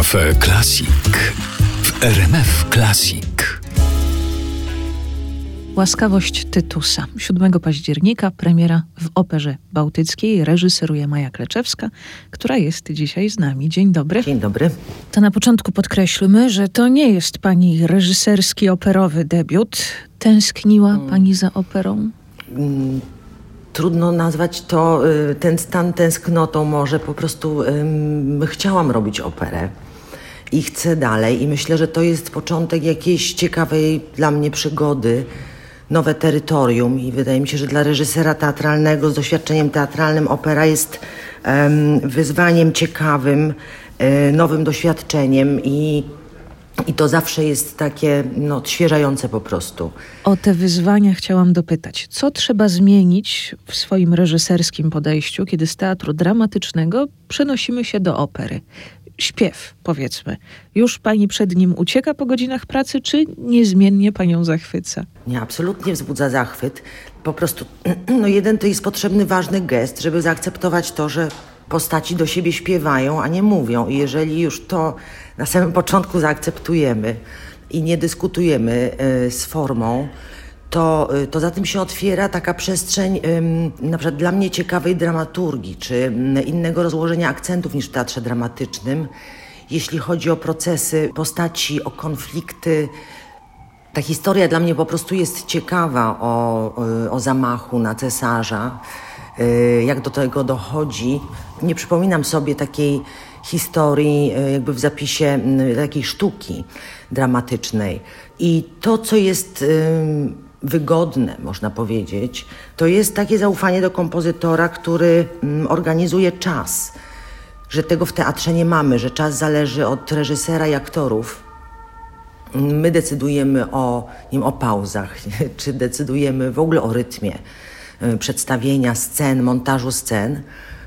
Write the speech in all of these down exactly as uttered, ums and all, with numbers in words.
Cafe Classic w R M F Classic. Łaskawość Tytusa. siódmego października premiera w Operze Bałtyckiej. Reżyseruje Maja Kleczewska, która jest dzisiaj z nami. Dzień dobry. Dzień dobry. To na początku podkreślmy, że to nie jest pani reżyserski, operowy debiut. Tęskniła hmm. pani za operą? Hmm. Trudno nazwać to, ten stan tęsknotą może. Po prostu um, chciałam robić operę i chcę dalej. I myślę, że to jest początek jakiejś ciekawej dla mnie przygody, nowe terytorium. I wydaje mi się, że dla reżysera teatralnego z doświadczeniem teatralnym opera jest um, wyzwaniem ciekawym, um, nowym doświadczeniem i I to zawsze jest takie no, odświeżające po prostu. O te wyzwania chciałam dopytać. Co trzeba zmienić w swoim reżyserskim podejściu, kiedy z teatru dramatycznego przenosimy się do opery? Śpiew, powiedzmy. Już pani przed nim ucieka po godzinach pracy, czy niezmiennie panią zachwyca? Nie, absolutnie wzbudza zachwyt. Po prostu, no jeden to jest potrzebny ważny gest, żeby zaakceptować to, że postaci do siebie śpiewają, a nie mówią. I jeżeli już to na samym początku zaakceptujemy i nie dyskutujemy y, z formą, to, y, to za tym się otwiera taka przestrzeń y, na przykład dla mnie ciekawej dramaturgii, czy y, innego rozłożenia akcentów niż w teatrze dramatycznym. Jeśli chodzi o procesy postaci, o konflikty, ta historia dla mnie po prostu jest ciekawa o, y, o zamachu na cesarza. Jak do tego dochodzi. Nie przypominam sobie takiej historii jakby w zapisie takiej sztuki dramatycznej. I to, co jest wygodne, można powiedzieć, to jest takie zaufanie do kompozytora, który organizuje czas. Że tego w teatrze nie mamy, że czas zależy od reżysera i aktorów. My decydujemy o, nie wiem, o pauzach, czy decydujemy w ogóle o rytmie przedstawienia scen, montażu scen,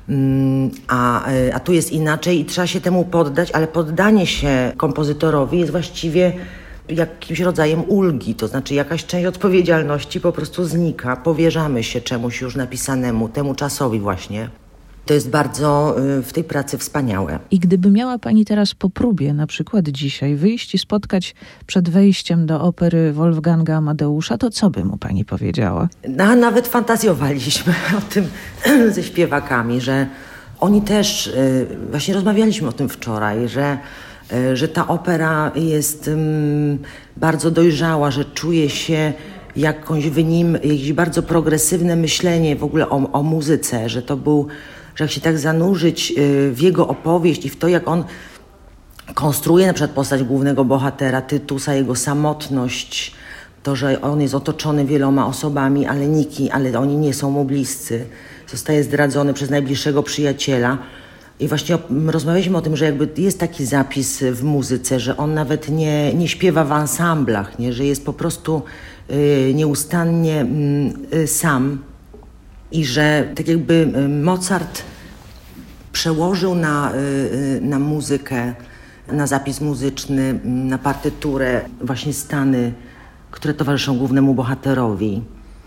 a, a tu jest inaczej i trzeba się temu poddać, ale poddanie się kompozytorowi jest właściwie jakimś rodzajem ulgi, to znaczy jakaś część odpowiedzialności po prostu znika, powierzamy się czemuś już napisanemu, temu czasowi właśnie. To jest bardzo w tej pracy wspaniałe. I gdyby miała pani teraz po próbie, na przykład dzisiaj, wyjść i spotkać przed wejściem do opery Wolfganga Amadeusza, to co by mu pani powiedziała? No, nawet fantazjowaliśmy o tym ze śpiewakami, że oni też, właśnie rozmawialiśmy o tym wczoraj, że, że ta opera jest bardzo dojrzała, że czuje się jakąś w nim jakieś bardzo progresywne myślenie w ogóle o, o muzyce, że to był, że jak się tak zanurzyć w jego opowieść i w to, jak on konstruuje na przykład postać głównego bohatera, Tytusa, jego samotność, to, że on jest otoczony wieloma osobami, ale niki, ale oni nie są mu bliscy, zostaje zdradzony przez najbliższego przyjaciela. I właśnie rozmawialiśmy o tym, że jakby jest taki zapis w muzyce, że on nawet nie, nie śpiewa w ansamblach, nie? Że jest po prostu y, nieustannie y, sam i że tak jakby Mozart przełożył na, y, na muzykę, na zapis muzyczny, na partyturę właśnie stany, które towarzyszą głównemu bohaterowi.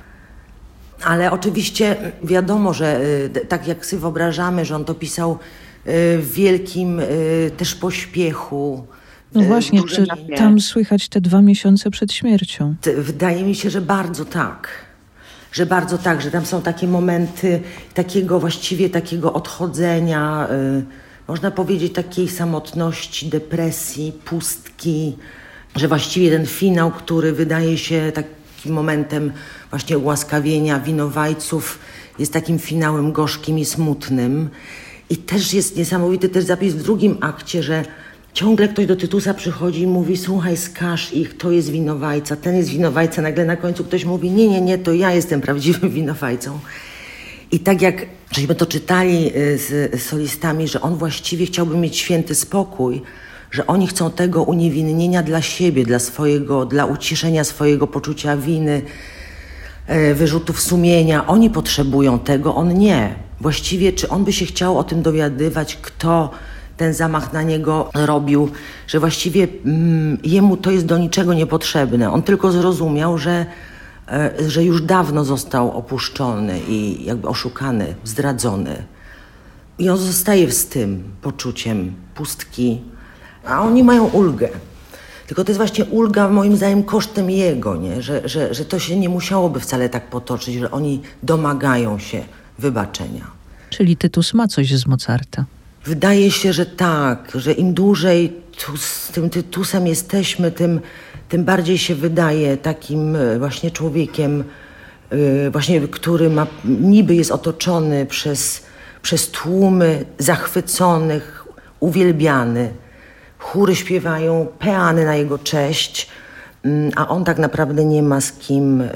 Ale oczywiście wiadomo, że tak jak sobie wyobrażamy, że on to pisał w wielkim też pośpiechu. No właśnie, czy tam słychać te dwa miesiące przed śmiercią? Wydaje mi się, że bardzo tak. Że bardzo tak, że tam są takie momenty takiego właściwie takiego odchodzenia, można powiedzieć takiej samotności, depresji, pustki, że właściwie ten finał, który wydaje się takim momentem właśnie ułaskawienia winowajców, jest takim finałem gorzkim i smutnym. I też jest niesamowity też zapis w drugim akcie, że ciągle ktoś do Tytusa przychodzi i mówi: słuchaj, skaż ich, to jest winowajca, ten jest winowajca. Nagle na końcu ktoś mówi: nie, nie, nie, to ja jestem prawdziwym winowajcą. I tak jak żeśmy to czytali z solistami, że on właściwie chciałby mieć święty spokój, że oni chcą tego uniewinnienia dla siebie, dla swojego, dla uciszenia swojego poczucia winy, wyrzutów sumienia. Oni potrzebują tego, on nie. Właściwie czy on by się chciał o tym dowiadywać, kto ten zamach na niego robił, że właściwie mm, jemu to jest do niczego niepotrzebne. On tylko zrozumiał, że, e, że już dawno został opuszczony i jakby oszukany, zdradzony. I on zostaje z tym poczuciem pustki, A oni mają ulgę. Tylko to jest właśnie ulga moim zdaniem kosztem jego, nie? Że, że, że to się nie musiałoby wcale tak potoczyć, że oni domagają się wybaczenia. Czyli Tytus ma coś z Mozarta. Wydaje się, że tak, że im dłużej tu z tym Tytusem jesteśmy, tym, tym bardziej się wydaje takim właśnie człowiekiem, yy, właśnie, który ma, niby jest otoczony przez, przez tłumy zachwyconych, uwielbiany. Chóry śpiewają peany na jego cześć, a on tak naprawdę nie ma z kim yy,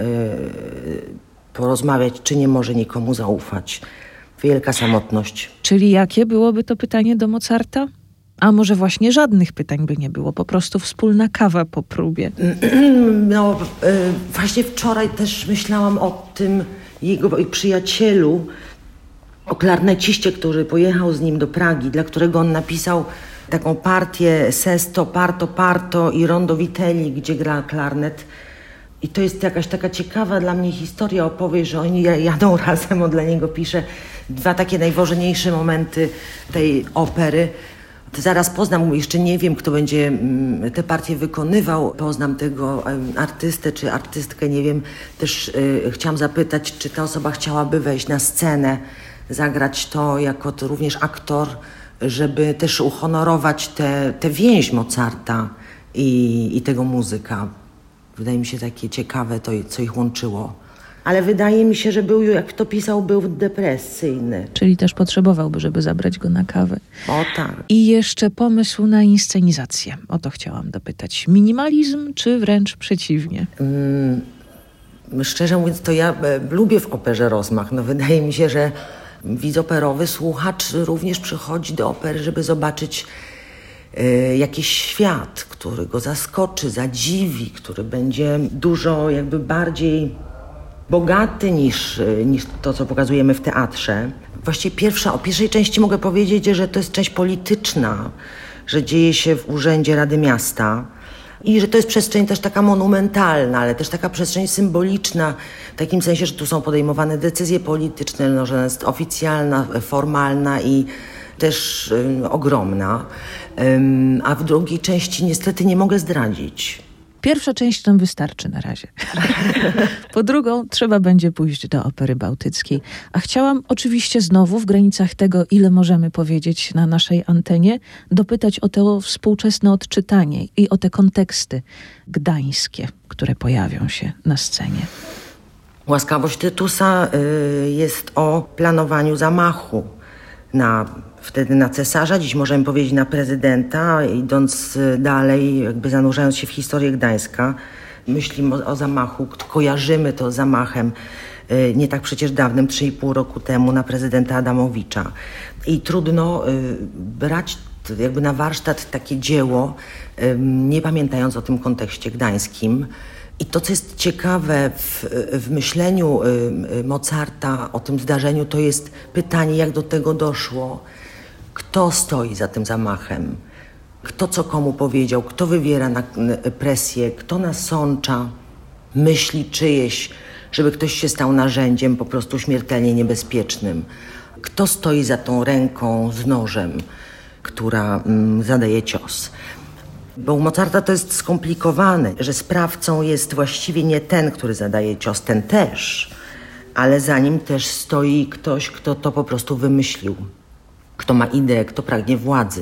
porozmawiać, czy nie może nikomu zaufać. Wielka samotność. Czyli jakie byłoby to pytanie do Mozarta? A może właśnie żadnych pytań by nie było, po prostu wspólna kawa po próbie. No, yy, właśnie wczoraj też myślałam o tym jego przyjacielu, o klarneciście, który pojechał z nim do Pragi, dla którego on napisał taką partię Sesto, Parto, Parto i Rondo Vitelli, gdzie gra klarnet. I to jest jakaś taka ciekawa dla mnie historia, opowieść, że oni jadą razem, on dla niego pisze dwa takie najważniejsze momenty tej opery. To zaraz poznam, jeszcze nie wiem, kto będzie te partie wykonywał. Poznam tego artystę czy artystkę, nie wiem. Też y, chciałam zapytać, czy ta osoba chciałaby wejść na scenę, zagrać to jako to również aktor, żeby też uhonorować tę te, te więź Mozarta i, i tego muzyka. Wydaje mi się takie ciekawe to, co ich łączyło. Ale wydaje mi się, że był, jak to pisał, był depresyjny. Czyli też potrzebowałby, żeby zabrać go na kawę. O tak. I jeszcze pomysł na inscenizację. O to chciałam dopytać. Minimalizm, czy wręcz przeciwnie? Hmm, szczerze mówiąc, to ja e, lubię w operze rozmach. No, wydaje mi się, że widz operowy, słuchacz również przychodzi do opery, żeby zobaczyć y, jakiś świat, który go zaskoczy, zadziwi, który będzie dużo jakby bardziej bogaty niż, niż to, co pokazujemy w teatrze. Właściwie pierwsza, o pierwszej części mogę powiedzieć, że to jest część polityczna, że dzieje się w Urzędzie Rady Miasta. I że to jest przestrzeń też taka monumentalna, ale też taka przestrzeń symboliczna, w takim sensie, że tu są podejmowane decyzje polityczne, no, że jest oficjalna, formalna i też y, ogromna. Ym, a w drugiej części niestety nie mogę zdradzić. Pierwsza część nam wystarczy na razie. Po drugą trzeba będzie pójść do Opery Bałtyckiej. A chciałam oczywiście znowu w granicach tego, ile możemy powiedzieć na naszej antenie, dopytać o to współczesne odczytanie i o te konteksty gdańskie, które pojawią się na scenie. Łaskawość Tytusa y, jest o planowaniu zamachu na wtedy na cesarza, dziś możemy powiedzieć na prezydenta, idąc dalej, jakby zanurzając się w historię Gdańska. Myślimy o, o zamachu, kojarzymy to z zamachem y, nie tak przecież dawnym, trzy i pół roku temu, na prezydenta Adamowicza. I trudno y, brać jakby na warsztat takie dzieło, y, nie pamiętając o tym kontekście gdańskim. I to, co jest ciekawe w, w myśleniu y, Mozarta o tym zdarzeniu, to jest pytanie, jak do tego doszło. Kto stoi za tym zamachem? Kto co komu powiedział? Kto wywiera na presję? Kto nasącza myśli czyjeś, żeby ktoś się stał narzędziem po prostu śmiertelnie niebezpiecznym? Kto stoi za tą ręką z nożem, która mm, zadaje cios? Bo u Mozarta to jest skomplikowane, że sprawcą jest właściwie nie ten, który zadaje cios, ten też, ale za nim też stoi ktoś, kto to po prostu wymyślił. Kto ma ideę, kto pragnie władzy.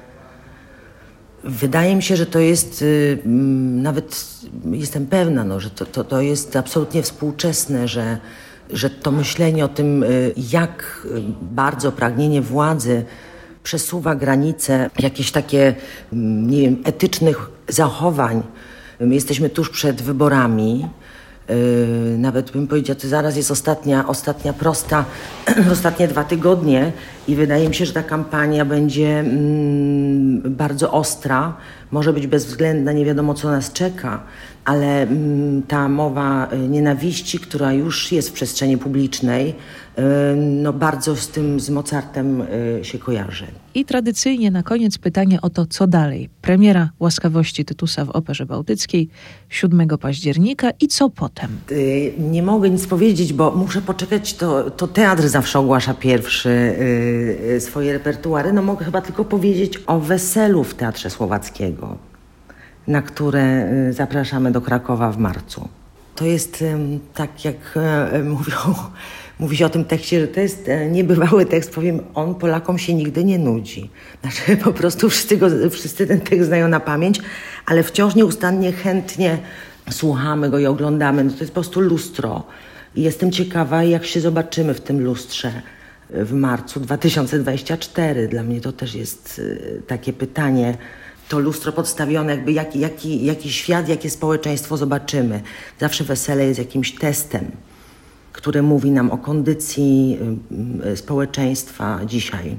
Wydaje mi się, że to jest, yy, nawet jestem pewna, no, że to, to, to jest absolutnie współczesne, że, że to myślenie o tym, yy, jak bardzo pragnienie władzy przesuwa granice jakieś takie, nie wiem, etycznych zachowań. My jesteśmy tuż przed wyborami. Yy, nawet bym powiedziała, to zaraz jest ostatnia, ostatnia prosta, ostatnie dwa tygodnie i wydaje mi się, że ta kampania będzie mm, bardzo ostra, może być bezwzględna, nie wiadomo co nas czeka, ale mm, ta mowa nienawiści, która już jest w przestrzeni publicznej, yy, no bardzo z tym, z Mozartem yy, się kojarzy. I tradycyjnie na koniec pytanie o to, co dalej. Premiera Łaskawości Tytusa w Operze Bałtyckiej siódmego października i co potem? Yy, nie mogę nic powiedzieć, bo muszę poczekać, to, to teatr zawsze ogłasza pierwszy y, swoje repertuary. No mogę chyba tylko powiedzieć o weselu w Teatrze Słowackiego, na które y, zapraszamy do Krakowa w marcu. To jest y, tak, jak y, mówią, mówi się o tym tekście, że to jest y, niebywały tekst, powiem, on Polakom się nigdy nie nudzi. Znaczy po prostu wszyscy, go, wszyscy ten tekst znają na pamięć, ale wciąż nieustannie, chętnie słuchamy go i oglądamy. No to jest po prostu lustro. I jestem ciekawa, jak się zobaczymy w tym lustrze w marcu dwa tysiące dwudziestego czwartego. Dla mnie to też jest y, takie pytanie. To lustro podstawione, jakby jaki, jaki, jaki świat, jakie społeczeństwo zobaczymy. Zawsze wesele jest jakimś testem, który mówi nam o kondycji y, społeczeństwa dzisiaj.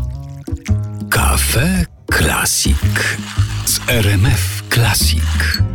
Cafe Classic z R M F Classic.